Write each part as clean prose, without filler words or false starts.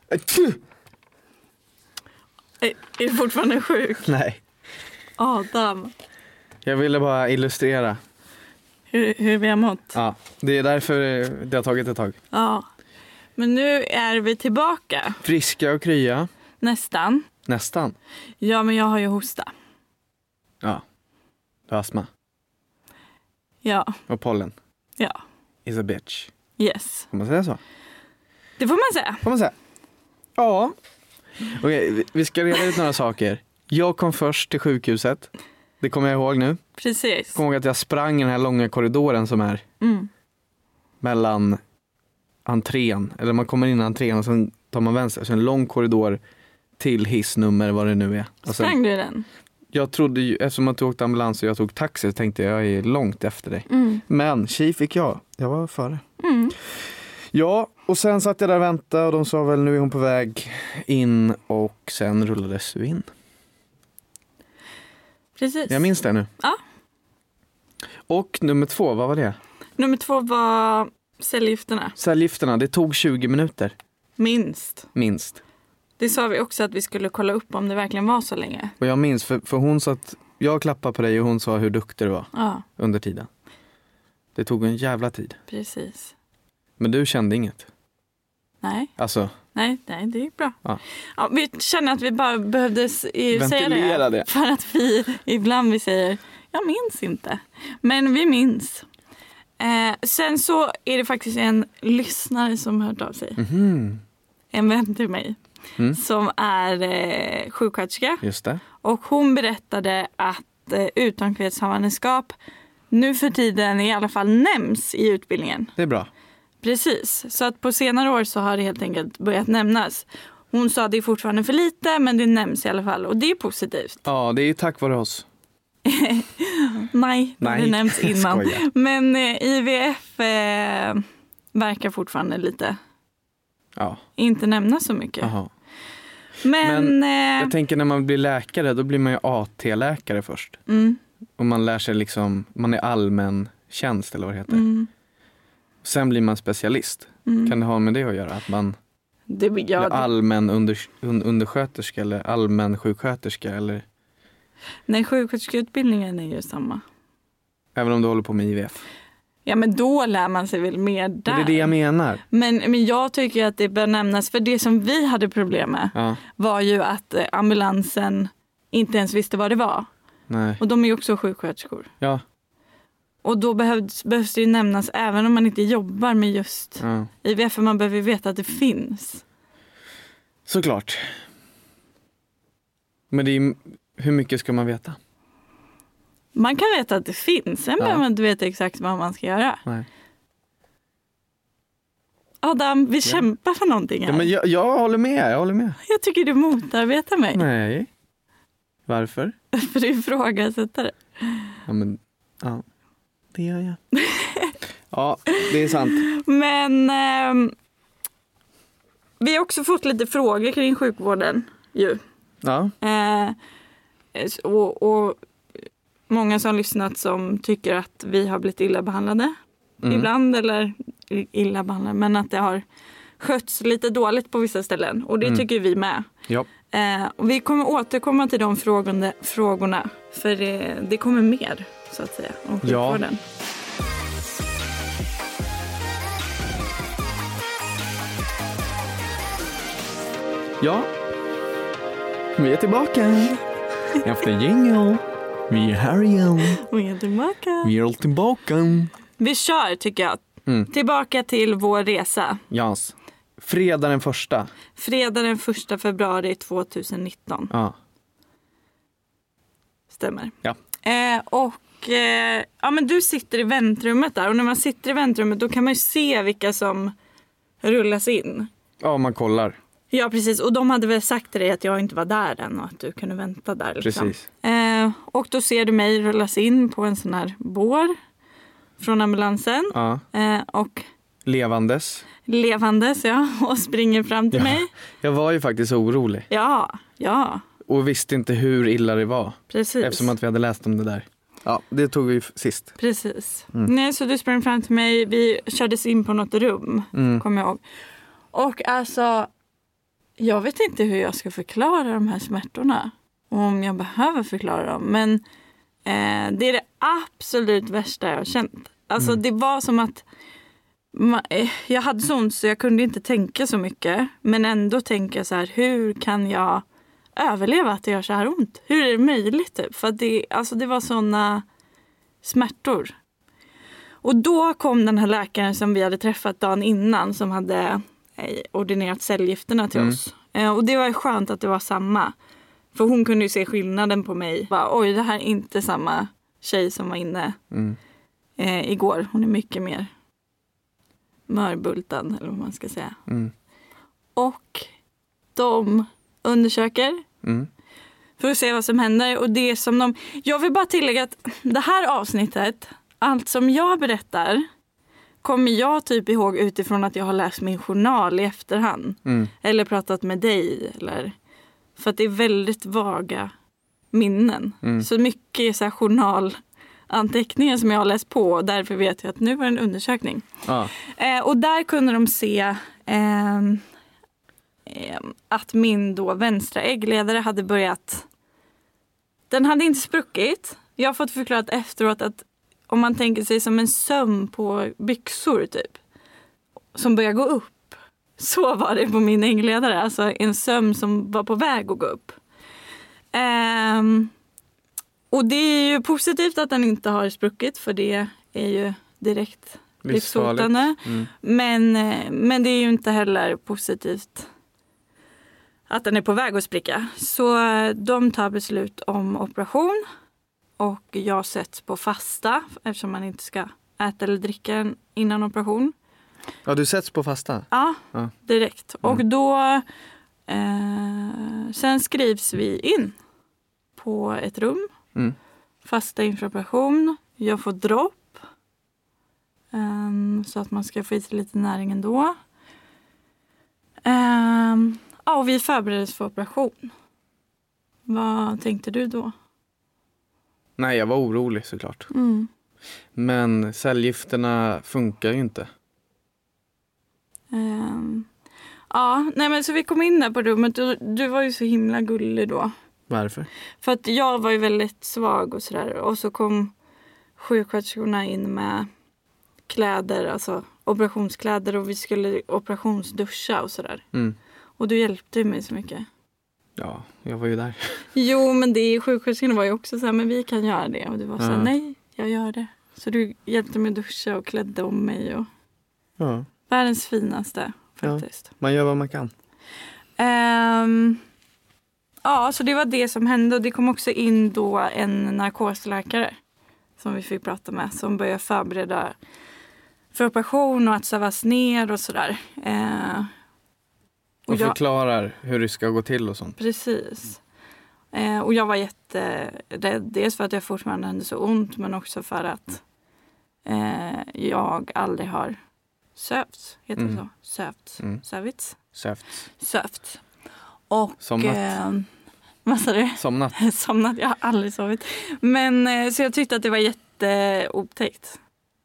Är du fortfarande sjuk? Nej. Adam. Jag ville bara illustrera. Hur vi har mått. Ja, det är därför det har tagit ett tag. Ja. Men nu är vi tillbaka. Friska och krya. Nästan. Nästan. Ja, men jag har ju hosta. Ja. Du har astma. Ja. Och pollen. Ja. Is a bitch. Yes. Får man säga så? Det får man säga. Får man säga? Ja. Okej, vi ska reda ut några saker. Jag kom först till sjukhuset. Det kommer jag ihåg nu. Precis. Jag kommer ihåg att jag sprang i den här långa korridoren som är mellan entrén. Eller man kommer in i entrén och sen tar man vänster. Så en lång korridor till hissnummer, vad det nu är. Och sen, sprang du den? Jag trodde ju, eftersom att du åkte ambulans och jag tog taxi, så tänkte jag är långt efter dig. Men tji fick jag. Jag var före. Ja, och sen satt jag där och väntade och de sa väl nu är hon på väg in och sen rullades du in. Precis. Jag minns det nu. Ja. Och nummer 2, vad var det? Nummer 2 var cellgifterna. Cellgifterna, det tog 20 minuter. Minst. Det sa vi också att vi skulle kolla upp om det verkligen var så länge. Och jag minns, för hon sa att jag klappade på dig och hon sa hur duktig du var under tiden. Det tog en jävla tid. Precis. Men du kände inget? Nej. Alltså? Nej, det gick bra. Ja. Ja, vi känner att vi bara behövde säga det. För att vi ibland säger, jag minns inte. Men vi minns. Sen så är det faktiskt en lyssnare som hört av sig. En vän till mig. Som är sjuksköterska. Just det. Och hon berättade att utomkvedshavandeskap nu för tiden i alla fall nämns i utbildningen. Det är bra. Precis, så att på senare år så har det helt enkelt börjat nämnas. Hon sa att det är fortfarande för lite, men det nämns i alla fall. Och det är positivt. Ja, det är tack vare oss. Nej, det nämns innan. Skoja. Men IVF verkar fortfarande lite inte nämnas så mycket. Aha. Men jag tänker när man blir läkare, då blir man ju AT-läkare först. Och man lär sig liksom, man är allmän tjänst eller vad det heter. Sen blir man specialist. Kan det ha med det att göra? Att man allmän undersköterska eller allmän sjuksköterska? Eller? Nej, sjuksköterskeutbildningen är ju samma. Även om du håller på med IVF? Ja, men då lär man sig väl mer där. Det är det jag menar. Men jag tycker att det bör nämnas. För det som vi hade problem med var ju att ambulansen inte ens visste vad det var. Nej. Och de är ju också sjuksköterskor. Ja. Och då behövs det ju nämnas även om man inte jobbar med just IVF. För man behöver veta att det finns. Såklart. Men det är, hur mycket ska man veta? Man kan veta att det finns. Sen behöver man inte veta exakt vad man ska göra. Nej. Adam, vi kämpar för någonting här. Ja, men jag håller med. Jag tycker du motarbetar mig. Nej. Varför? För du ifrågasätter det. Ja, men det gör jag. Ja, det är sant. Men vi har också fått lite frågor kring sjukvården ju. Ja. Och många som har lyssnat som tycker att vi har blivit illa behandlade ibland, eller illa behandlade, men att det har skötts lite dåligt på vissa ställen. Och det tycker vi med. Ja. Och vi kommer återkomma till de frågorna, för det kommer mer, så att säga, om sjukvården. Ja. Vi är tillbaka. Efter jingle. Vi är här igen. Vi är tillbaka. Vi är tillbaka. Vi kör, tycker jag. Tillbaka till vår resa. Jans. Fredag den 1. Fredag den 1 februari 2019. Ja. Stämmer. Ja. Men du sitter i väntrummet där. Och när man sitter i väntrummet då kan man ju se vilka som rullas in. Ja, man kollar. Ja, precis. Och de hade väl sagt till dig att jag inte var där än och att du kunde vänta där. Liksom. Precis. Och då ser du mig rullas in på en sån här bår från ambulansen. Ja. Och levandes, ja. Och springer fram till mig. Jag var ju faktiskt orolig. Ja. Och visste inte hur illa det var. Precis. Eftersom att vi hade läst om det där. Ja, det tog vi sist. Precis. Nej, så du sprang fram till mig. Vi kördes in på något rum, kommer jag ihåg. Och alltså, jag vet inte hur jag ska förklara de här smärtorna. Och om jag behöver förklara dem. Men det är det absolut värsta jag har känt. Alltså det var som att jag hade så ont så jag kunde inte tänka så mycket. Men ändå tänka jag så här, hur kan jag överleva att det gör så här ont? Hur är det möjligt? Typ? För att det var såna smärtor. Och då kom den här läkaren som vi hade träffat dagen innan som hade ordinerat cellgifterna till oss. Och det var skönt att det var samma. För hon kunde ju se skillnaden på mig. Bara, oj, det här är inte samma tjej som var inne igår. Hon är mycket mer mörbultad, eller vad man ska säga. Och de undersöker för att se vad som händer. Och det som jag vill bara tillägga att det här avsnittet, allt som jag berättar, kommer jag typ ihåg utifrån att jag har läst min journal i efterhand. Eller pratat med dig. För att det är väldigt vaga minnen. Så mycket så här journalanteckningar som jag har läst på. Och därför vet jag att nu var det en undersökning. Och där kunde de se att min då vänstra äggledare hade börjat. Den hade inte spruckit. Jag har fått förklarat efteråt att om man tänker sig som en söm på byxor typ. Som börjar gå upp. Så var det på min äggledare. Alltså en söm som var på väg att gå upp. Och det är ju positivt att den inte har spruckit. För det är ju direkt livshotande. Men det är ju inte heller positivt att den är på väg att spricka. Så de tar beslut om operation. Och jag sätts på fasta eftersom man inte ska äta eller dricka innan operation. Ja, du sätts på fasta? Ja, direkt. Och då sen skrivs vi in på ett rum. Fasta inför operation. Jag får dropp. Så att man ska få i sig lite näring ändå. Och vi förbereddes för operation. Vad tänkte du då? Nej, jag var orolig såklart. Men cellgifterna funkar ju inte. Så vi kom in där på rummet och du var ju så himla gullig då. Varför? För att jag var ju väldigt svag och sådär. Och så kom sjuksköterskorna in med kläder, alltså operationskläder. Och vi skulle operationsduscha och sådär. Och du hjälpte ju mig så mycket. Ja, jag var ju där. Jo, men sjuksköterskorna var ju också så här, men vi kan göra det. Och du var så här, nej, jag gör det. Så du hjälpte mig att duscha och klädde om mig. Och världens finaste, faktiskt. Ja, man gör vad man kan. Så det var det som hände. Och det kom också in då en narkosläkare som vi fick prata med. Som började förbereda för operation och att sövas ner och sådär. Och förklarar hur det ska gå till och sånt. Precis. Och jag var jätterädd. Dels för att jag fortfarande hade så ont. Men också för att jag aldrig har sövts. Heter det så? Sövts. Sövits? Sövts. Och somnat. Vad sa du? Somnat. Somnat. Jag har aldrig sovit. Men så jag tyckte att det var jätteotäckt.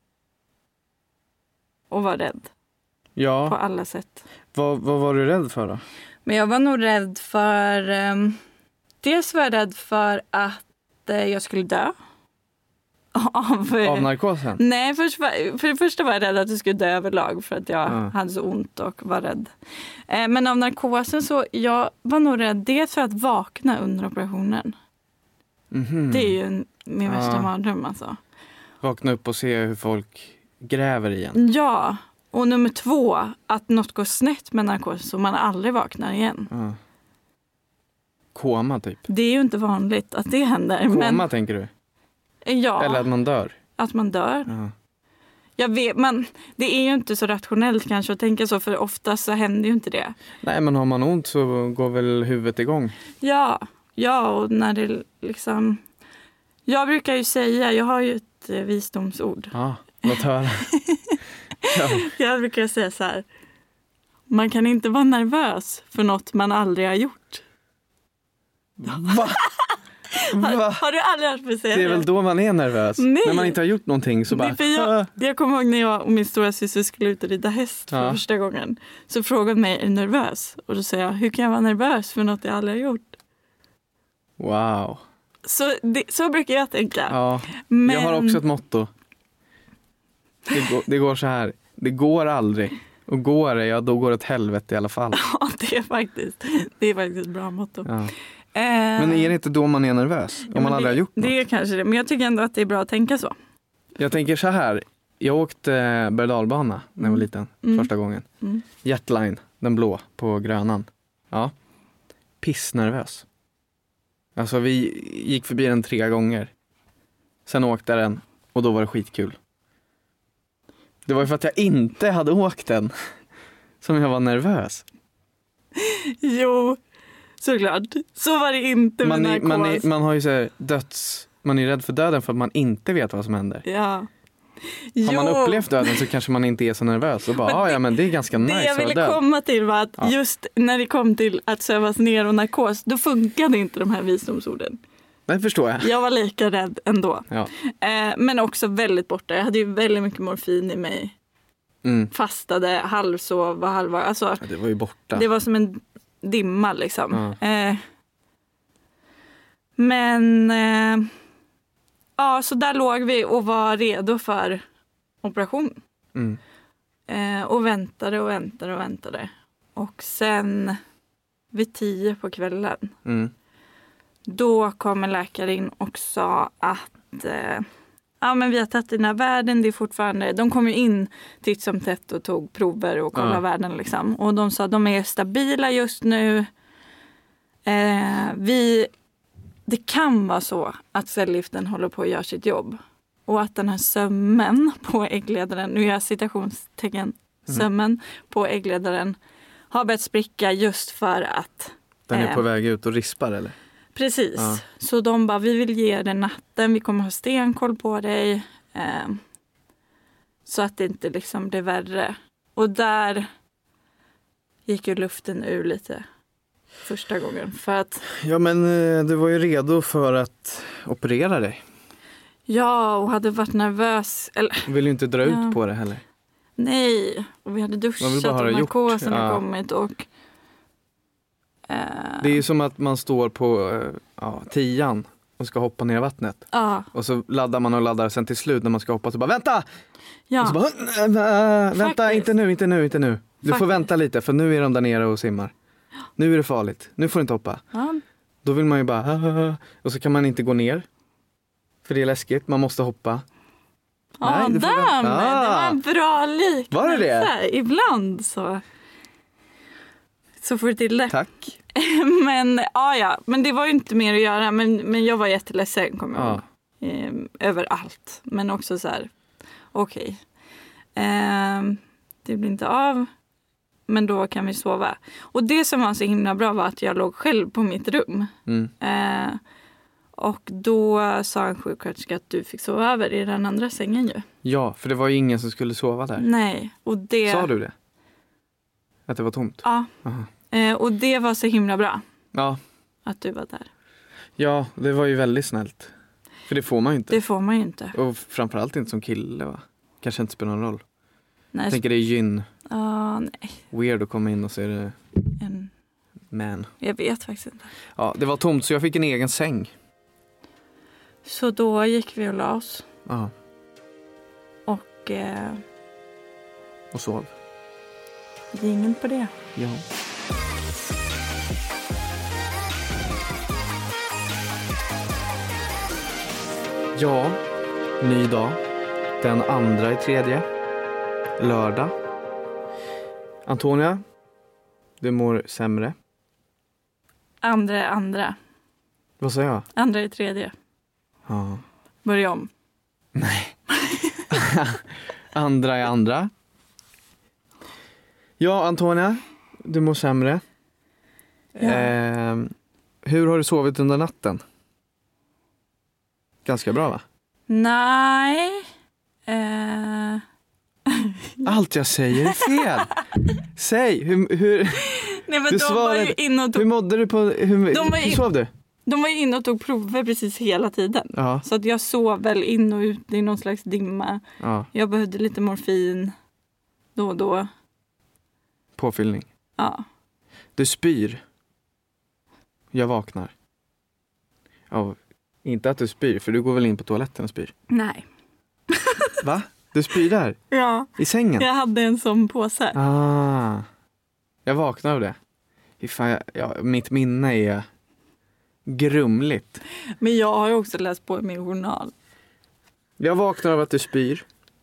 Och var rädd. Ja. På alla sätt. Vad var du rädd för då? Men jag var nog rädd för... dels var jag rädd för att jag skulle dö. Av narkosen? Nej, för det första var jag rädd att jag skulle dö överlag. För att jag hade så ont och var rädd. Men av narkosen så... Jag var nog rädd dels för att vakna under operationen. Det är ju min värsta mardröm alltså. Vakna upp och se hur folk gräver igen. Ja. Och nummer 2, att något går snett med narkos så man aldrig vaknar igen. Koma typ. Det är ju inte vanligt att det händer. Koma tänker du? Ja. Eller att man dör? Att man dör. Jag vet, men det är ju inte så rationellt kanske att tänka så, för ofta så händer ju inte det. Nej, men har man ont så går väl huvudet igång? Ja, och när det liksom... Jag brukar ju säga, jag har ju ett visdomsord. Ja, låt höra. Jag brukar säga så här: man kan inte vara nervös för något man aldrig har gjort. Va? Har du aldrig hört mig säga det? Det är väl då man är nervös. Nej. När man inte har gjort någonting så bara... Jag kommer ihåg när jag och min stora syster skulle ut och rida häst för första gången. Så frågade mig, är du nervös? Och då säger jag, hur kan jag vara nervös för något jag aldrig har gjort? Wow. Så brukar jag tänka. Ja. Men... Jag har också ett motto. Det går så här. Det går aldrig. Och går det, ja då går det åt helvete i alla fall. Ja, det är faktiskt ett bra motto. Ja. Men är det inte då man är nervös? Om man aldrig har gjort något? Det är kanske det, men jag tycker ändå att det är bra att tänka så. Jag tänker så här. Jag åkte berg- och dalbana när jag var liten. Första gången. Jetline, den blå på Grönan. Ja. Pissnervös. Alltså vi gick förbi den 3 gånger. Sen åkte den och då var det skitkul. Det var ju för att jag inte hade åkt den som jag var nervös. Jo, såklart. Så var det inte med narkos. Man har ju så här man är rädd för döden för att man inte vet vad som händer. Ja. Har man upplevt döden så kanske man inte är så nervös. Och bara, men det är ganska nice. Det jag ville komma till var att just när det kom till att sövas ner och narkos, då funkade inte de här visdomsorden. Det förstår jag. Jag var lika rädd ändå. Ja. Men också väldigt borta. Jag hade ju väldigt mycket morfin i mig. Fastade, halvsov och halva. Alltså, det var ju borta. Det var som en dimma liksom. Ja. Men så där låg vi och var redo för operation. Och väntade. Och sen vid 10 på kvällen då kom en läkare in och sa att men vi har tagit dina värden, det är fortfarande, de kom ju in titt som tätt och tog prover och kollade värden liksom. Och de sa att de är stabila just nu. Det kan vara så att cellgiften håller på att göra sitt jobb. Och att den här sömmen på äggledaren, nu gör jag citationstecken, sömmen på äggledaren har börjat spricka just för att... Den är på väg ut och rispar eller? Precis. Ja. Så de bara, vi vill ge dig natten, vi kommer ha stenkoll på dig. Så att det inte liksom blir värre. Och där gick ju luften ur lite första gången. För att, ja, men du var ju redo för att operera dig. Ja, och hade varit nervös. Du vill ju inte dra ut på det heller. Nej, och vi hade duschat och narkosen hade kommit. Och, det är ju som att man står på 10 och ska hoppa ner i vattnet. Och så laddar man och laddar, sen till slut när man ska hoppa så bara vänta! Ja. Och så bara, vänta, inte nu. Du får vänta lite för nu är de där nere och simmar. Nu är det farligt, nu får du inte hoppa. Då vill man ju bara, och så kan man inte gå ner. För det är läskigt, man måste hoppa. Nej, det var en bra liknelse. Var det? Ibland så får du till det. Tack. Men det var ju inte mer att göra. Men jag var jätteledsen, kommer jag ihåg. Över allt. Men också så här, okej. Det blir inte av. Men då kan vi sova. Och det som var så himla bra var att jag låg själv på mitt rum. Och då sa en sjuksköterska att du fick sova över i den andra sängen ju. Ja, för det var ju ingen som skulle sova där. Nej. Och det... Sa du det? Att det var tomt? Ja. Och det var så himla bra. Ja. Att du var där. Ja, det var ju väldigt snällt. För det får man ju inte. Det får man ju inte. Och framförallt inte som kille, va? Kanske inte spelar någon roll. Nej. Jag tänker det är gyn. Nej. Weird att komma in och se det. En man. Jag vet faktiskt inte. Ja, det var tomt så jag fick en egen säng. Så då gick vi och la oss. Ja. Och sov. Det är ingen på det. Ja. Ja, ny dag. Den 2/3. Lördag. Antonia, du mår sämre. Andra. Vad sa jag? 2/3. Ja. Börja om. Nej. Andra. Ja, Antonia, du mår sämre. Ja. Hur har du sovit under natten? Ganska bra, va? Nej. Allt jag säger är fel. Säg, hur Nej, men de var ju in och hur mådde du på... Hur sov du? De var ju inne och tog prover precis hela tiden. Ja. Så att jag sov väl in och ut i någon slags dimma. Ja. Jag behövde lite morfin då och då. Påfyllning? Ja. Du spyr. Jag vaknar. Ja, inte att du spyr, för du går väl in på toaletten och spyr? Nej. Va? Du spyr där? Ja. I sängen? Jag hade en sån påse. Jag vaknar av det. Mitt minne är grumligt. Men jag har ju också läst på i min journal. Jag vaknar av att du spyr.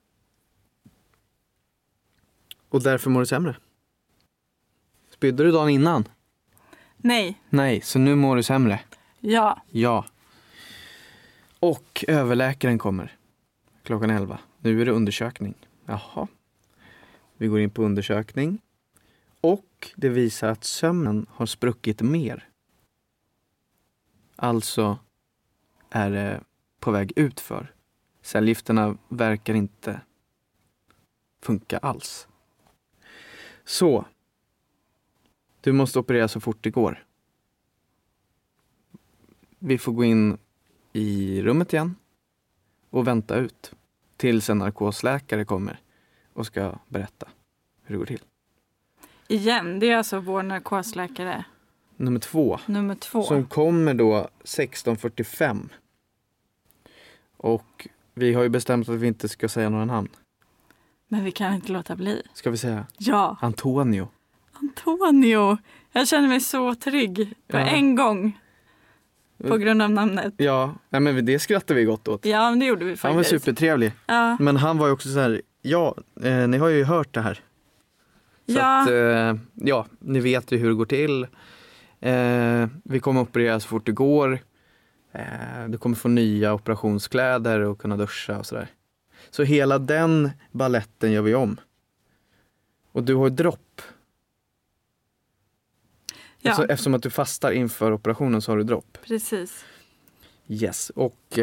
Och därför mår du sämre. Spydde du dagen innan? Nej. Nej, så nu mår du sämre? Ja. Ja. Och överläkaren kommer. 11:00. Nu är det undersökning. Jaha. Vi går in på undersökning. Och det visar att sömnen har spruckit mer. Alltså är det på väg utför. Cellgifterna verkar inte funka alls. Så. Du måste operera så fort det går. Vi får gå in i rummet igen och vänta ut tills en narkosläkare kommer och ska berätta hur det går till. Igen, det är alltså vår narkosläkare. Nummer 2. Som kommer då 16:45. Och vi har ju bestämt att vi inte ska säga några namn. Men vi kan inte låta bli. Ska vi säga? Ja. Antonio. Jag känner mig så trygg på en gång. På grund av namnet. Ja, men det skrattar vi gott åt. Ja, men det gjorde vi faktiskt. Han var supertrevlig. Ja. Men han var ju också så här, ni har ju hört det här. Så att, ni vet ju hur det går till. Vi kommer operera så fort det går. Du kommer få nya operationskläder och kunna duscha och sådär. Så hela den balletten gör vi om. Och du har dropp. Ja. Alltså, eftersom att du fastar inför operationen så har du dropp. Precis. Yes. Och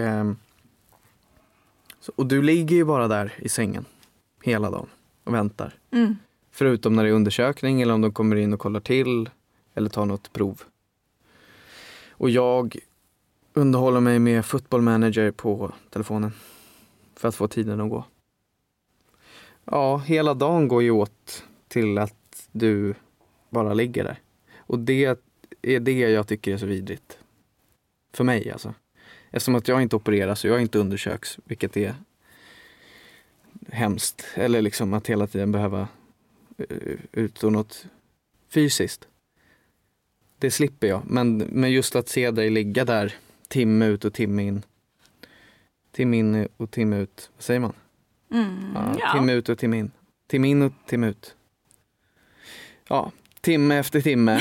du ligger ju bara där i sängen hela dagen och väntar. Mm. Förutom när det är undersökning eller om de kommer in och kollar till eller tar något prov. Och jag underhåller mig med Football Manager på telefonen för att få tiden att gå. Ja, hela dagen går ju åt till att du bara ligger där. Och det är det jag tycker är så vidrigt. För mig alltså. Eftersom att jag inte opereras och jag inte undersöks, vilket är hemskt. Eller liksom att hela tiden behöva utstå något fysiskt. Det slipper jag. Men just att se dig ligga där timme ut och timme in. Timme in och timme ut. Vad säger man? Timme ut och timme in. Timme in och timme ut. Ja, timme efter timme.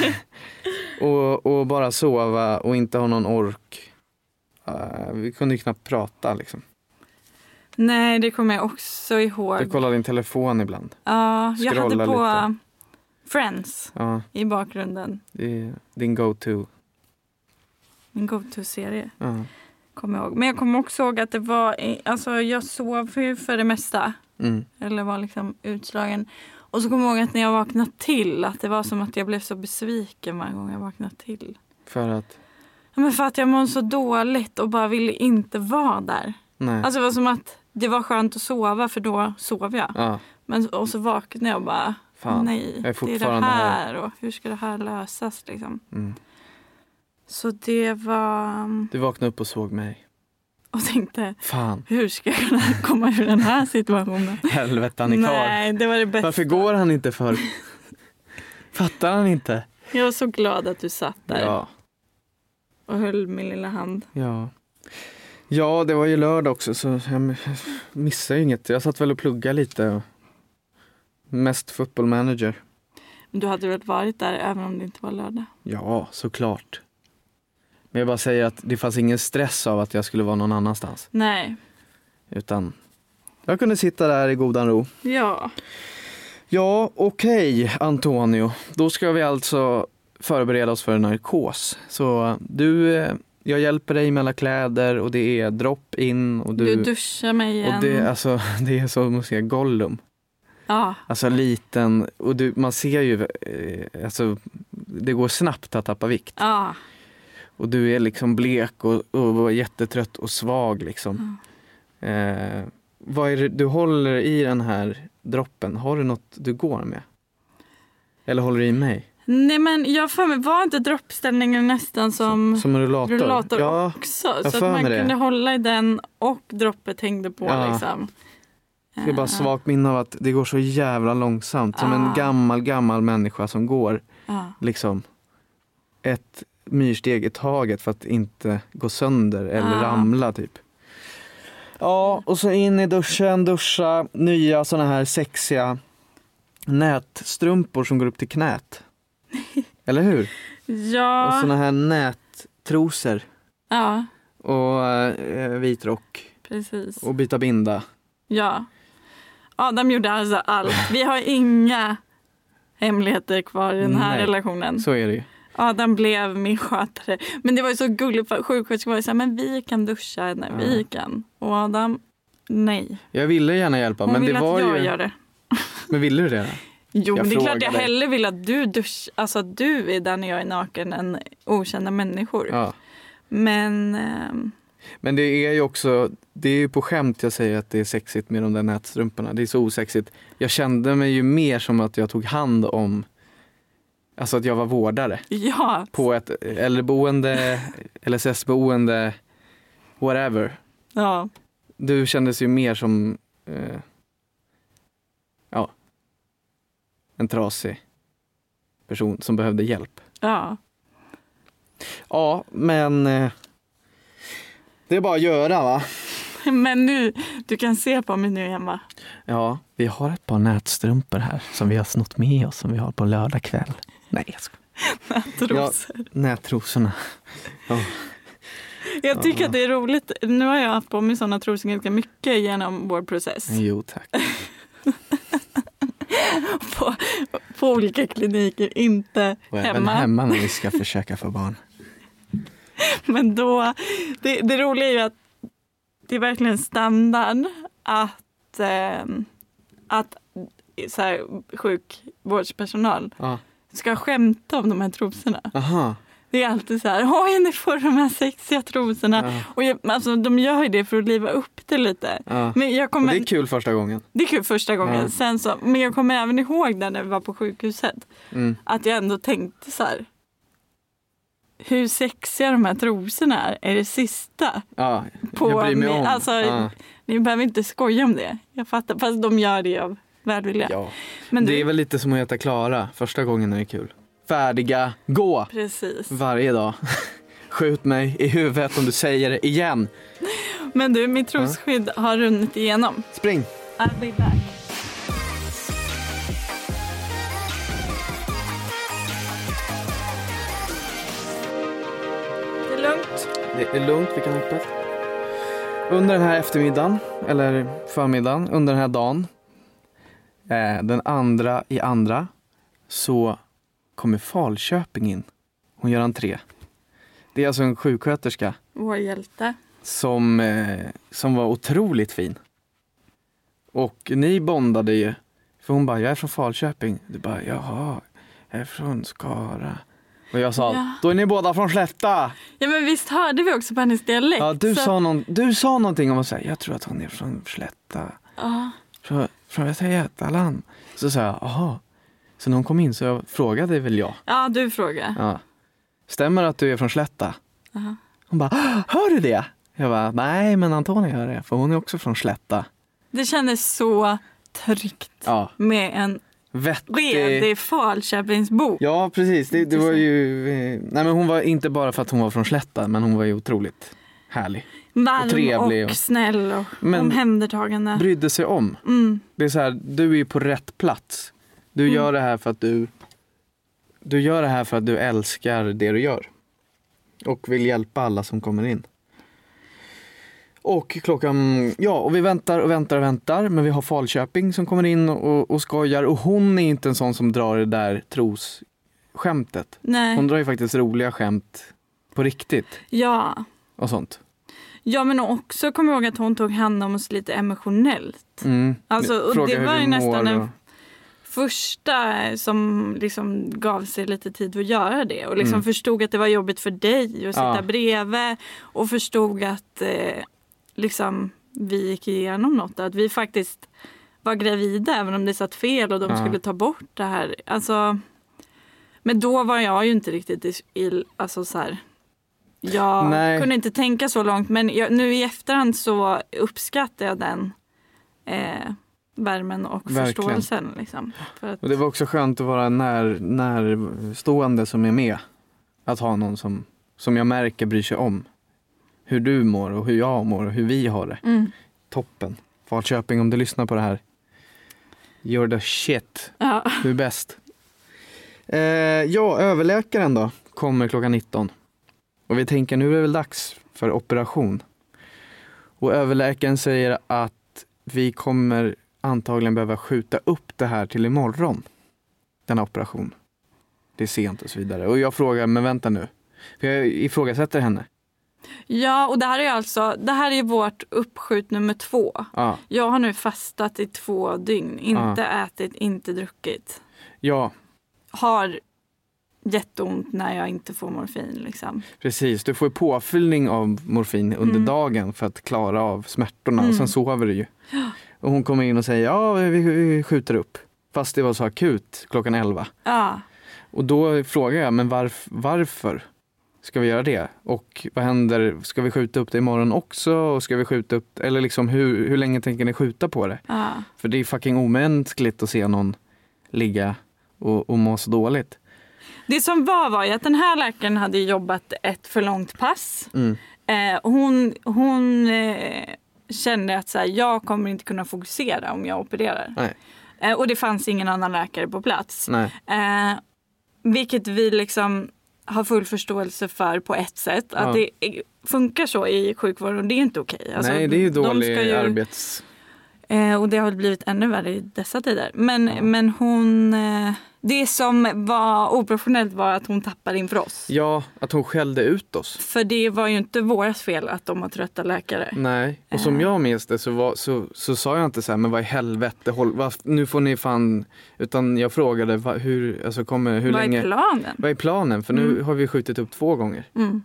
och bara sova och inte ha någon ork. Vi kunde ju knappt prata liksom. Nej, det kommer jag också ihåg. Du kollar din telefon ibland. Ja, jag hade på lite. Friends i bakgrunden. Det är din go-to. Min go-to-serie. Kommer jag ihåg. Men jag kommer också ihåg att det var... Alltså jag sov för det mesta. Mm. Eller var liksom utslagen. Och så kommer jag ihåg att när jag vaknade till att det var som att jag blev så besviken varje gång jag vaknade till. För att? Ja, men för att jag mådde så dåligt och bara ville inte vara där. Nej. Alltså det var som att det var skönt att sova för då sov jag. Ja. Och så vaknade jag och bara, fan, nej, det är det här och hur ska det här lösas liksom. Mm. Så det var... Du vaknade upp och såg mig. Och tänkte, fan, hur ska jag kunna komma ur den här situationen? Helvete, han är kvar. Nej, det var det bästa. Varför går han inte för? Fattar han inte? Jag var så glad att du satt där. Ja. Och höll min lilla hand. Ja, det var ju lördag också så jag missade inget. Jag satt väl och pluggade lite. Och mest Football Manager. Men du hade väl varit där även om det inte var lördag? Ja, såklart. Men jag bara säger att det fanns ingen stress av att jag skulle vara någon annanstans. Nej. Utan jag kunde sitta där i godan ro. Ja. Ja, okej, Antonio. Då ska vi alltså förbereda oss för en narkos. Så jag hjälper dig med alla kläder och det är dropp in. Och du duschar mig igen. Och det är som att se Gollum. Ja. Alltså liten, och man ser ju, alltså det går snabbt att tappa vikt. Ja. Och du är liksom blek och jättetrött och svag liksom. Vad är det du håller i den här droppen? Har du något du går med? Eller håller du i mig? Nej, men jag för mig var inte droppställningen nästan som en rullator ja, också. Så att man kunde hålla i den och droppet hängde på liksom. Det är bara svagt minne av att det går så jävla långsamt. Som en gammal människa som går liksom ett myrsteg i taget för att inte gå sönder eller ramla typ. Ja, och så in i duscha nya såna här sexiga nätstrumpor som går upp till knät. Eller hur? Ja. Och såna här nättrosor. Ja. Och vit rock. Precis. Och byta binda. Ja. Adam gjorde alltså allt. Vi har inga hemligheter kvar i den här relationen. Så är det ju. Adam blev min skötare. Men det var ju så gulligt för sjuksköterskan var ju så här, men vi kan duscha när vi kan. Och Adam, nej. Jag ville gärna hjälpa. Hon men ville det var att jag ju... gör det. Men ville du det? Jo, men det är klart jag hellre vill att du duschar. Alltså att du är där när jag är naken än okända människor. Ja. Men det är ju också, det är ju på skämt jag säger att det är sexigt med de där nätstrumporna. Det är så osexigt. Jag kände mig ju mer som att jag tog hand om, alltså att jag var vårdare. Ja. På ett äldreboende, LSS-boende, whatever. Ja. Du kändes ju mer som en trasig person som behövde hjälp. Ja. Ja, men det är bara att göra, va? Men nu, du kan se på mig nu hemma. Ja, vi har ett par nätstrumpor här som vi har snott med oss som vi har på lördag kväll. Nej, jag ska. Nättrosor. Ja, nättrosorna. Ja. Jag tycker att det är roligt. Nu har jag haft på mig sådana trosor ganska mycket genom vår process. Jo, tack. på olika kliniker, inte och hemma. Även hemma när vi ska försöka få barn. Men då, det roliga är ju att det är verkligen standard att så här, sjukvårdspersonal ska skämta om de här trosorna. Aha. Det är alltid så här, oj, ni får de här sexiga trosorna. Och alltså, de gör ju det för att liva upp det lite. Men jag kommer, och det är kul första gången. Det är kul första gången. Sen så, men jag kommer även ihåg när vi var på sjukhuset. Att jag ändå tänkte så här, hur sexiga de här trosorna är det sista. Ja, jag bryr mig om. Alltså, ni behöver inte skoja om det. Jag fattar, fast de gör det av välvilja. Ja. Men det är väl lite som att heta Klara. Första gången är det kul. Färdiga, gå! Precis. Varje dag. Skjut mig i huvudet om du säger det igen. Men du, mitt trosskydd har runnit igenom. Spring! I'll be back. Det är lugnt. Det är lugnt, vi kan öppet. Under den här eftermiddagen, eller förmiddagen, under den här dagen, den andra i andra, så kommer Falköping in. Hon gör entré. Det är alltså en sjuksköterska. Vår hjälte. Som var otroligt fin. Och ni bondade ju. För hon bara, jag är från Falköping. Du bara, jaha, jag är från Skara. Och jag sa, då är ni båda från Slätta. Ja, men visst hörde vi också på hennes dialekt. Ja, du sa någonting om att säga, jag tror att hon är från Slätta. Från Västra Götaland. Så sa jag, aha. Så när hon kom in så jag frågade väl jag. Ja, du frågade. Ja. Stämmer att du är från Slätta? Hon bara, hör du det? Jag bara, nej men Antonija hör det. För hon är också från Slätta. Det kändes så tryggt med en redig Falköpingsbo. Ja, precis. Det var ju... nej, men hon var inte bara för att hon var från Slätta, men hon var ju otroligt härlig. Varm och trevlig. Och snäll och omhändertagande. Brydde sig om. Det är så här, du är ju på rätt plats. Du gör det här för att du gör det här för att du älskar det du gör. Och vill hjälpa alla som kommer in. Och klockan, och vi väntar. Men vi har Falköping som kommer in och skojar. Och hon är inte en sån som drar det där trosskämtet. Nej. Hon drar ju faktiskt roliga skämt på riktigt. Ja. Och sånt. Ja, men också kommer jag ihåg att hon tog hand om oss lite emotionellt. Alltså, och det var ju nästan en första som liksom gav sig lite tid att göra det. Och liksom förstod att det var jobbigt för dig att sitta bredvid. Och förstod att liksom vi gick igenom något. Att vi faktiskt var gravida även om det satt fel och de skulle ta bort det här. Alltså, men då var jag ju inte riktigt alltså så här. Jag kunde inte tänka så långt. Men nu i efterhand så uppskattar jag den värmen och förståelsen. Liksom, för att... Och det var också skönt att vara närstående som är med. Att ha någon som jag märker bryr sig om. Hur du mår och hur jag mår och hur vi har det. Toppen. Falköping, om du lyssnar på det här. You're the shit. Ja. Du är bäst. Överläkaren då kommer klockan 19. Och vi tänker nu är det väl dags för operation. Och överläkaren säger att vi kommer antagligen behöva skjuta upp det här till imorgon. Denna operation. Det är sent och så vidare. Och jag frågar, men vänta nu. För jag ifrågasätter henne. Ja, och det här är vårt uppskjut nummer 2. Ja. Jag har nu fastat i 2 dygn. Inte ätit, inte druckit. Ja. Har jätteont när jag inte får morfin. Liksom. Precis, du får påfyllning av morfin under dagen för att klara av smärtorna. Och sen sover du ju. Och hon kommer in och säger, vi skjuter upp. Fast det var så akut klockan 11. Ja. Och då frågar jag, men varför ska vi göra det? Och vad händer? Ska vi skjuta upp det imorgon också? Och ska vi skjuta upp, eller liksom hur länge tänker ni skjuta på det? Ja. För det är fucking omänskligt att se någon ligga och må så dåligt. Det som var ju att den här läkaren hade jobbat ett för långt pass. Hon kände att så här, jag kommer inte kunna fokusera om jag opererar. Nej. Och det fanns ingen annan läkare på plats. Nej. Vilket vi liksom har full förståelse för på ett sätt. Att det funkar så i sjukvården och det är inte okej. Alltså, nej, det är ju dålig arbets... Och det har blivit ännu värre i dessa tider. Men hon... Det som var oprofessionellt var att hon tappade inför oss. Ja, att hon skällde ut oss. För det var ju inte vårt fel att de har trötta läkare. Nej, och som jag minns det så sa jag inte så här, men vad i helvete, nu får ni fan... Utan jag frågade hur länge... Är planen? Vad är planen? För nu har vi skjutit upp 2 gånger.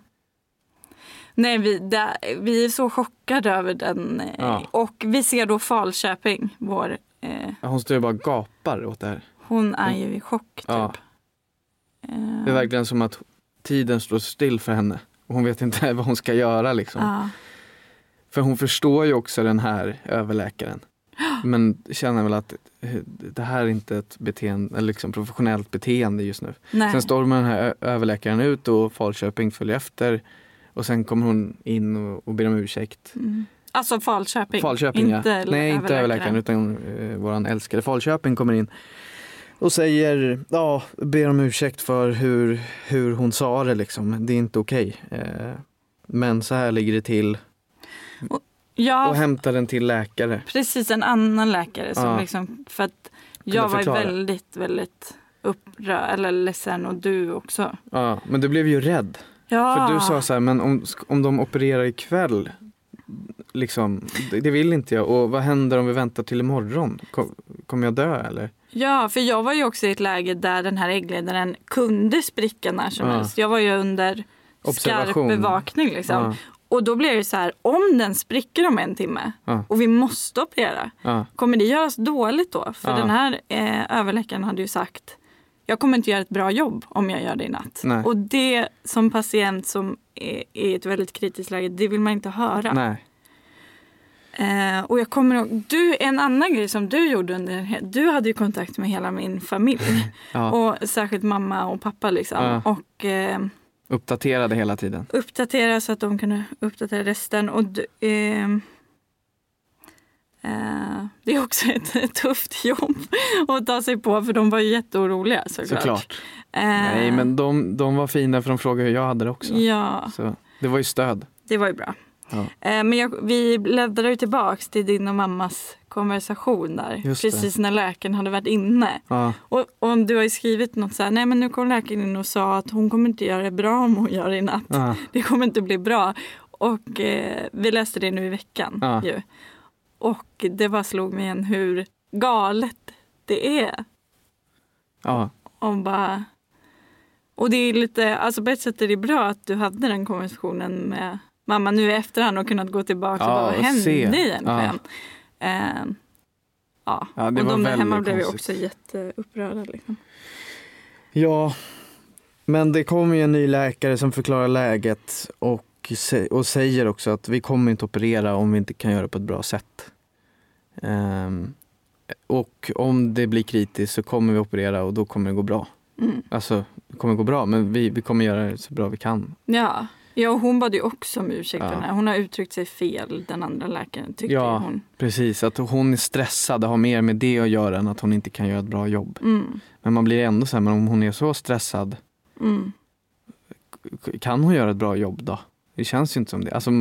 Nej, vi är så chockade över den. Och vi ser då Falköping, vår... Hon står ju bara gapar åt det här. Hon är ju i chock, typ. Ja. Det är verkligen som att tiden står still för henne. Och hon vet inte vad hon ska göra, liksom. Ja. För hon förstår ju också den här överläkaren. Men känner väl att det här är inte ett beteende, eller liksom professionellt beteende just nu. Nej. Sen stormar den här överläkaren ut och Falköping följer efter. Och sen kommer hon in och ber om ursäkt. Alltså Falköping, inte Nej, inte överläkaren utan våran älskade Falköping kommer in. Och säger, ber om ursäkt för hur hon sa det liksom. Det är inte okej. Men så här ligger det till. Och hämtar den till läkare. Precis, en annan läkare som liksom, för att jag var väldigt, väldigt upprörd eller ledsen och du också. Ja, men du blev ju rädd. Ja. För du sa så här, men om de opererar ikväll, liksom, det vill inte jag. Och vad händer om vi väntar till imorgon? Kommer jag dö eller? Ja, för jag var ju också i ett läge där den här äggledaren kunde spricka när som helst. Jag var ju under skarp bevakning liksom. Ja. Och då blir det så här, om den spricker om 1 timme och vi måste operera, kommer det göras dåligt då? För den här överläkaren hade ju sagt, jag kommer inte göra ett bra jobb om jag gör det i natt. Nej. Och det som patient som är i ett väldigt kritiskt läge, det vill man inte höra. Nej. Och jag kommer ihåg, en annan grej som du gjorde du hade ju kontakt med hela min familj. Och särskilt mamma och pappa liksom. Och uppdaterade hela tiden. Uppdatera så att de kunde uppdatera resten. Och det är också ett tufft jobb att ta sig på, för de var ju jätteoroliga såklart. Nej, men de var fina för de frågade hur jag hade det också. Ja. Så det var ju stöd. Det var ju bra. Ja. Men vi bläddrade ju tillbaks till din och mammas konversation där. Precis när läkaren hade varit inne. Ja. Och du har ju skrivit något så här, nej men nu kom läkaren in och sa att hon kommer inte göra det bra om hon gör det i natt. Ja. Det kommer inte bli bra. Och vi läste det nu i veckan ju. Och det bara slog mig igen hur galet det är Ja. Och det är lite, alltså på ett sätt är det bra att du hade den konversationen med mamma nu i efterhand och kunnat gå tillbaka och vad hände egentligen. Och de där hemma blev ju också jätteupprörda. Liksom. Ja, men det kommer ju en ny läkare som förklarar läget och säger också att vi kommer inte operera om vi inte kan göra det på ett bra sätt. Och om det blir kritiskt så kommer vi operera och då kommer det gå bra. Alltså, det kommer gå bra, men vi kommer göra det så bra vi kan. Ja, och hon bad ju också om ursäkt. Hon har uttryckt sig fel, den andra läkaren tyckte hon. Precis. Att hon är stressad och har mer med det att göra än att hon inte kan göra ett bra jobb. Men man blir ändå så här, men om hon är så stressad, kan hon göra ett bra jobb då? Det känns ju inte som det. Alltså,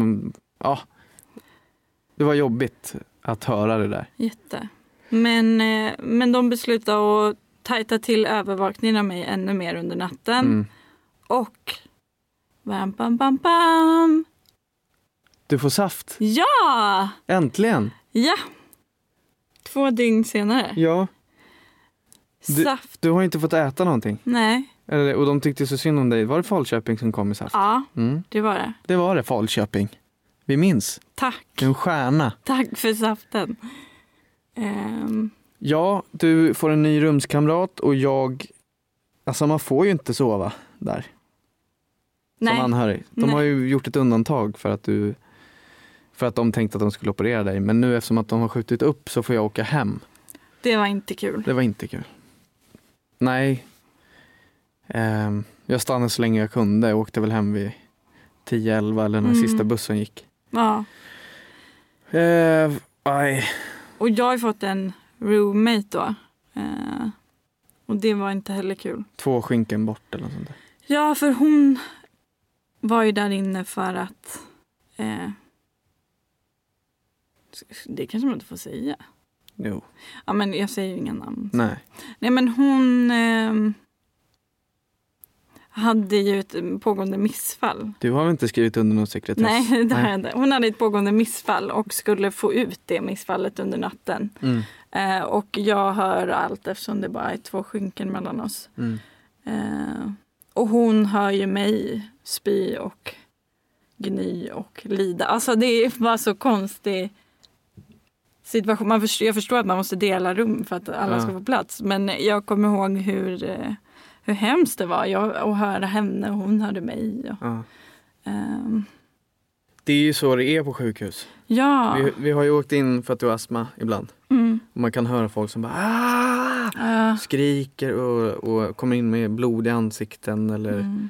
det var jobbigt att höra det där. Jätte. Men de beslutade att tajta till övervakningen av mig ännu mer under natten. Och bam. Du får saft. Ja! Äntligen. Ja. 2 dygn senare. Ja. Saft. Du har inte fått äta någonting. Nej. Och de tyckte så synd om dig. Var det Falköping som kom med saft? Ja, det var det. Det var det, Falköping. Vi minns. Tack. En stjärna. Tack för saften. Ja, du får en ny rumskamrat och alltså man får ju inte sova där. Nej. Som anhörig. De har ju gjort ett undantag för att de tänkte att de skulle operera dig. Men nu eftersom att de har skjutit upp så får jag åka hem. Det var inte kul. Det var inte kul. Nej. Jag stannade så länge jag kunde. Jag åkte väl hem vid 10-11 eller när sista bussen gick. Ja. Och jag har fått en roommate då. Och det var inte heller kul. 2 skinken bort eller något sånt där. Ja, för hon var ju där inne för att det kanske man inte får säga. Jo. Ja, men jag säger ju inga namn. Nej, men hon hade ju ett pågående missfall. Du har väl inte skrivit under någon sekretess? Nej, det har jag inte. Hon hade ett pågående missfall och skulle få ut det missfallet under natten. Och jag hör allt eftersom det bara är 2 skynken mellan oss. Och hon hör ju mig spy och gny och lida. Alltså det är bara så konstig situation. Jag förstår att man måste dela rum för att alla ska få plats. Men jag kommer ihåg hur hemskt det var. Jag hörde henne och hon hörde mig. Det är ju så det är på sjukhus. Ja. Vi har ju åkt in för att du har astma ibland. Och man kan höra folk som bara skriker och kommer in med blod i ansikten. Eller,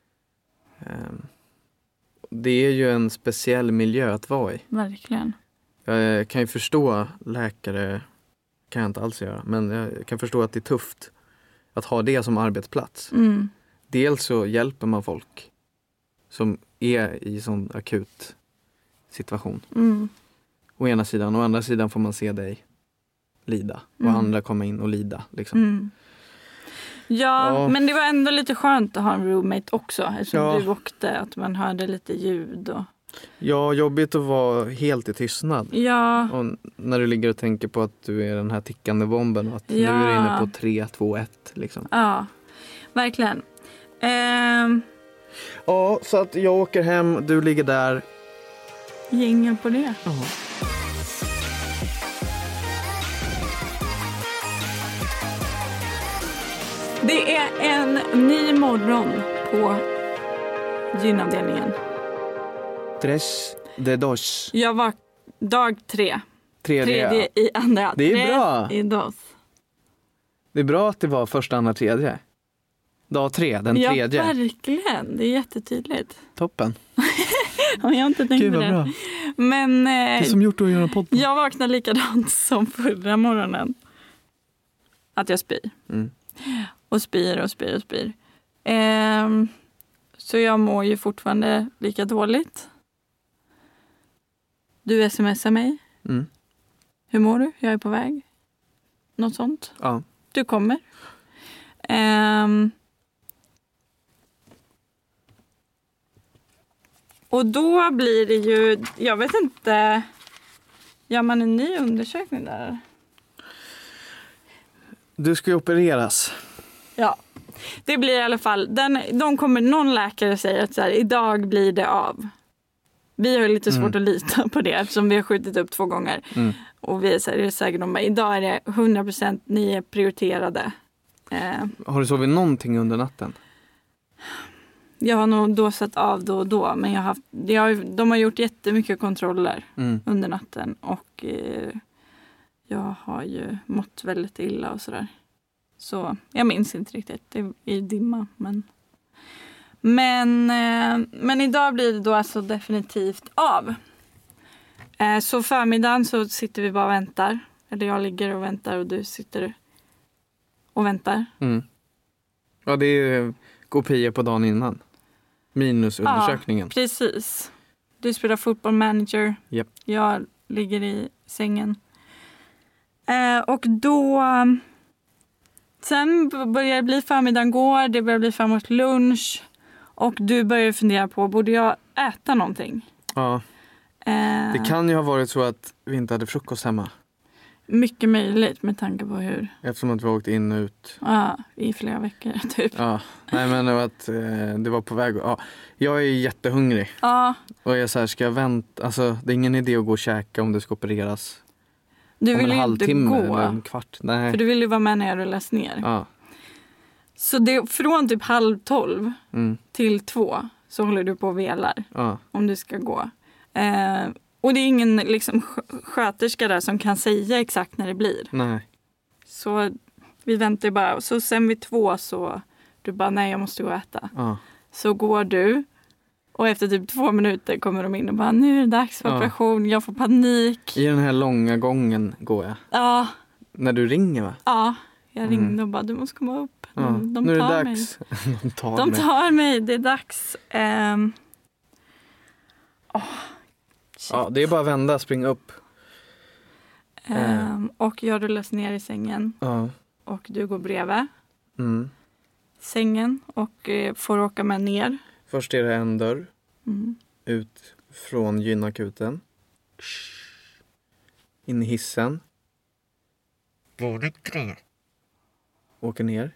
det är ju en speciell miljö att vara i. Verkligen. Jag kan ju förstå läkare, kan jag inte alls göra. Men jag kan förstå att det är tufft att ha det som arbetsplats. Dels så hjälper man folk som är i sån akut situation. Å ena sidan. Å andra sidan får man se dig lida. Och andra komma in och lida. Liksom. Ja, men det var ändå lite skönt att ha en roommate också. Eftersom du åkte, att man hörde lite ljud. Ja, jobbigt att vara helt i tystnad. Ja. Och när du ligger och tänker på att du är den här tickande bomben. Och att nu är du inne på 3, 2, 1. Liksom. Ja, verkligen. Ja, så att jag åker hem, du ligger där. Gänga på det. Det är en ny morgon på gynavdelningen. Tres de dos. Jag var dag 3. Tredje i andra. Det är bra. I dos. Det är bra att det var första, andra, tredje. Dag 3, den tredje. Ja, verkligen. Det är jättetydligt. Toppen. Jag har inte tänkt på det. Bra. Men, det är som gjort att göra podd. Jag vaknade likadant som förra morgonen. Att jag spyr. Och spyr. Så jag mår ju fortfarande lika dåligt. Du smsar mig. Hur mår du? Jag är på väg. Något sånt. Ja. Du kommer. Och då blir det ju, jag vet inte, gör man en ny undersökning där? Du ska ju opereras. Ja. Det blir i alla fall, någon läkare säger att så här, idag blir det av. Vi har lite svårt att lita på det eftersom vi har skjutit upp 2 gånger. Och vi är säkert om idag är det 100% ni är prioriterade. Har du sovit någonting under natten? Jag har nog dosat av då och då. Men de har gjort jättemycket kontroller under natten. Och jag har ju mått väldigt illa och sådär. Så jag minns inte riktigt. Det är dimma. Men idag blir det då alltså definitivt av. Så förmiddagen så sitter vi bara och väntar. Eller jag ligger och väntar och du sitter och väntar. Ja, det är kopior på dagen innan. Minus undersökningen. Ja, precis. Du spelar Football Manager. Yep. Jag ligger i sängen. Och då... Sen börjar det bli förmiddagen går. Det börjar bli framåt lunch. Och du börjar fundera på, borde jag äta någonting? Ja. Det kan ju ha varit så att vi inte hade frukost hemma. Mycket möjligt med tanke på hur... Eftersom att vi har åkt in och ut. Ja, i flera veckor typ. Ja, nej men det var på väg. Ja. Jag är jättehungrig. Ja. Och jag är så här, ska jag vänta? Alltså, det är ingen idé att gå och käka om det ska opereras. Du vill ju inte gå. Eller en kvart. Nej. För du vill ju vara med när jag rullas ner. Ja. Så det, från typ 11:30 till 2 så håller du på och velar. Ja. Om du ska gå. Och det är ingen liksom, sköterska där som kan säga exakt när det blir. Nej. Så vi väntar bara. Så sen vid 2 så du bara, nej jag måste gå och äta. Ja. Så går du. Och efter typ 2 minuter kommer de in och bara, nu är det dags för operation. Jag får panik. I den här långa gången går jag. Ja. När du ringer, va? Ja, jag ringde och bara, du måste komma upp. Ja. De nu är det tar dags. Mig. De tar mig, det är dags. Ja, det är bara att vända, springa upp. Och jag rullas ner i sängen. Ja. Och du går bredvid sängen och får åka med ner. Först är det en dörr ut från gynakuten. In i hissen. Våning 3. Åker ner.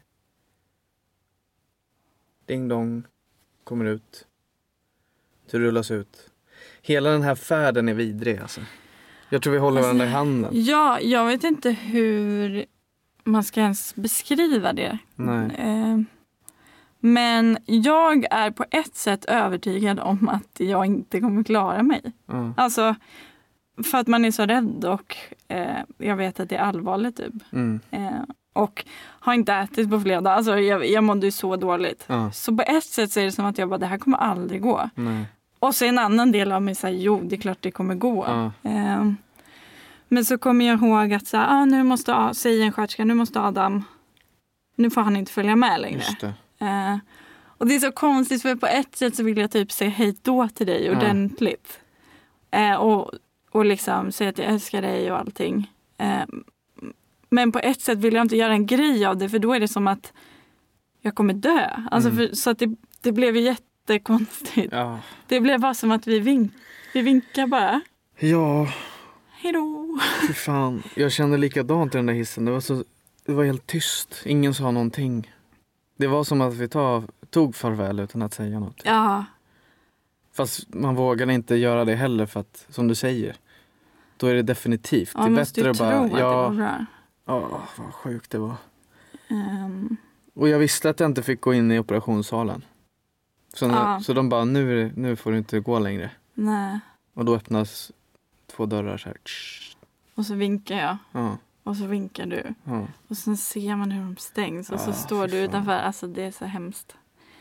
Ding dong. Kommer ut. Du rullas ut. Hela den här färden är vidrig alltså. Jag tror vi håller varandra i handen. Ja, jag vet inte hur man ska ens beskriva det. Nej. Men jag är på ett sätt övertygad om att jag inte kommer klara mig. Alltså, för att man är så rädd och jag vet att det är allvarligt typ. Och har inte ätit på flera dagar. Alltså, jag mådde ju så dåligt. Så på ett sätt så är det som att jag bara, det här kommer aldrig gå. Nej. Och så en annan del av mig säger, jo det är klart det kommer gå. Men så kommer jag ihåg att nu måste säga en sköterska, nu måste Adam, nu får han inte följa med längre. Just det. Och det är så konstigt för på ett sätt så vill jag typ säga hej då till dig ordentligt. Och liksom säga att jag älskar dig och allting. Men på ett sätt vill jag inte göra en grej av det, för då är det som att jag kommer dö. Alltså så att det blev ju jättekonstigt. Ja. Det blev bara som att vi vinkar bara. Ja. Hej då. Fy fan. Jag kände likadant i den där hissen. Det var helt tyst. Ingen sa någonting. Det var som att vi tog farväl utan att säga något. Ja. Fast man vågade inte göra det heller för att, som du säger, då är det definitivt. Ja, det är bättre att bara... Att det var bra. Ja, vad sjukt det var. Och jag visste att jag inte fick gå in i operationssalen. Så de bara, nu får du inte gå längre. Nej. Och då öppnas 2 dörrar så här. Och så vinkar jag. Ja. Och så vinkar du. Ja. Och sen ser man hur de stängs. Och så står du utanför. Alltså det är så hemskt.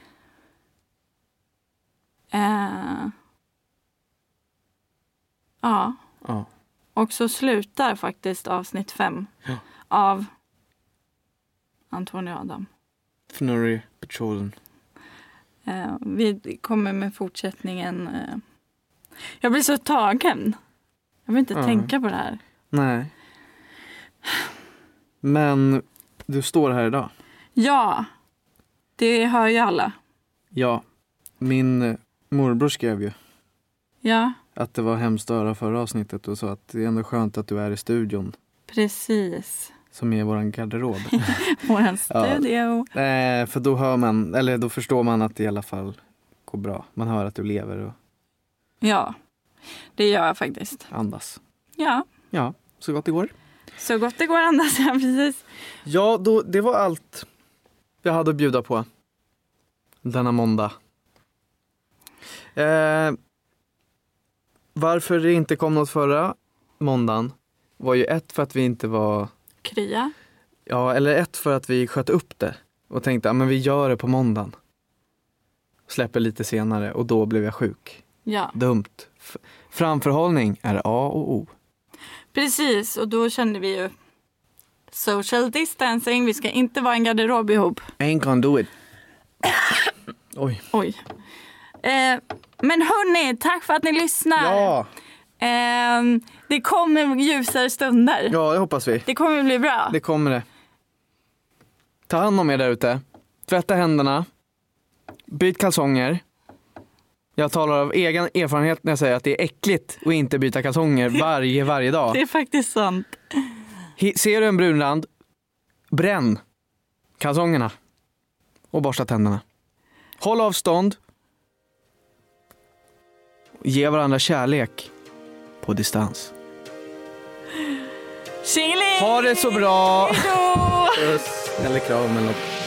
Ja. Och så slutar faktiskt avsnitt 5 av Antonija och Adam. Fnurry Patrolen. Vi kommer med fortsättningen. Jag blir så tagen. Jag vill inte tänka på det här. Nej. Men du står här idag. Ja. Det hör ju alla. Ja. Min morbror skrev ju. Ja. Att det var hemskt att höra förra avsnittet och så att det är ändå skönt att du är i studion. Precis. som är våran garderob. Våran studio. Ja. För då hör man, eller då förstår man att det i alla fall går bra. Man hör att du lever och... Ja, det gör jag faktiskt. Andas. Ja. Ja, så gott det går. Så gott det går andas, ja precis. Ja, det var allt jag hade att bjuda på denna måndag. Varför det inte kom något förra måndagen var ju ett för att vi inte var... Krya. Ja, eller ett för att vi sköt upp det och tänkte men vi gör det på måndagen. Släpper lite senare och då blev jag sjuk. Ja. Dumt. Framförhållning är A och O. Precis, och då kände vi ju social distancing. Vi ska inte vara en garderob ihop. Ain't gonna do it. Oj. Men hörni, tack för att ni lyssnar. Ja. Det kommer ljusare stunder. Ja, det hoppas vi. Det kommer bli bra. Det kommer det. Ta hand om er där ute. Tvätta händerna. Byt kalsonger. Jag talar av egen erfarenhet när jag säger att det är äckligt att inte byta kalsonger varje dag. Det är faktiskt sant. Ser du en brunrand, bränn kalsongerna och borsta tänderna. Håll avstånd. Ge varandra kärlek på distans. Tjingeling! Ha det så bra! Hejdå! Eller kram eller något.